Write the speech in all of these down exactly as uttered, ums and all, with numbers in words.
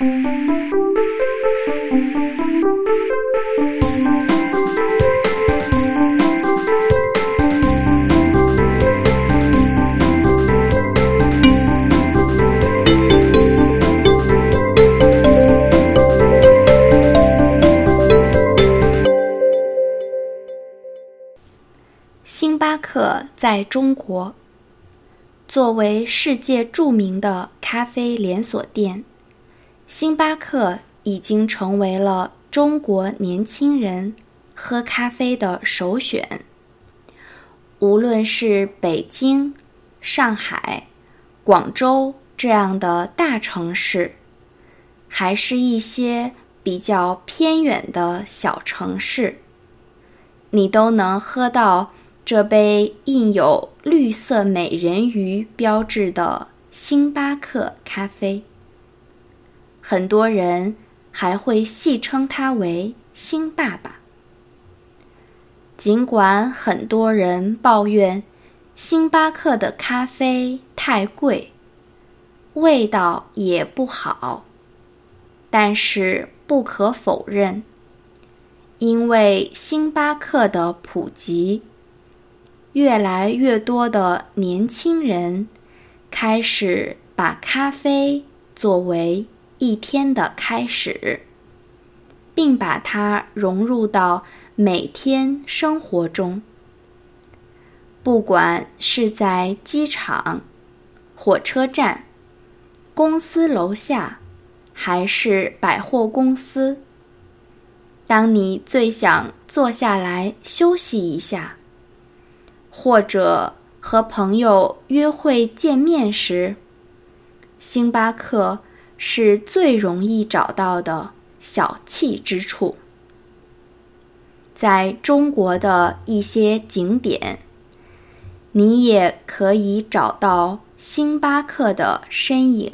星巴克在中国，作为世界著名的咖啡连锁店，星巴克已经成为了中国年轻人喝咖啡的首选。无论是北京、上海、广州这样的大城市，还是一些比较偏远的小城市，你都能喝到这杯印有绿色美人鱼标志的星巴克咖啡。很多人还会戏称它为星爸爸。尽管很多人抱怨星巴克的咖啡太贵，味道也不好，但是不可否认，因为星巴克的普及，越来越多的年轻人开始把咖啡作为一天的开始，并把它融入到每天生活中。不管是在机场、火车站、公司楼下，还是百货公司，当你最想坐下来休息一下，或者和朋友约会见面时，星巴克是最容易找到的小憩之处。在中国的一些景点，你也可以找到星巴克的身影。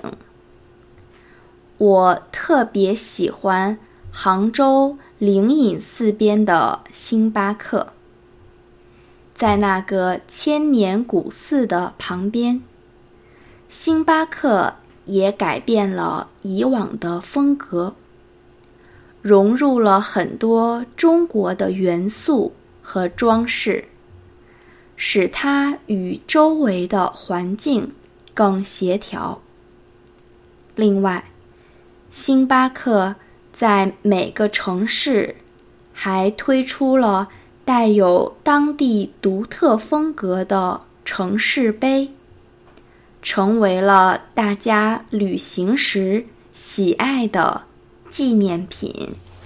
我特别喜欢杭州灵隐寺边的星巴克。在那个千年古寺的旁边，星巴克也改变了以往的风格，融入了很多中国的元素和装饰，使它与周围的环境更协调。另外，星巴克在每个城市还推出了带有当地独特风格的城市杯，成为了大家旅行时喜爱的纪念品。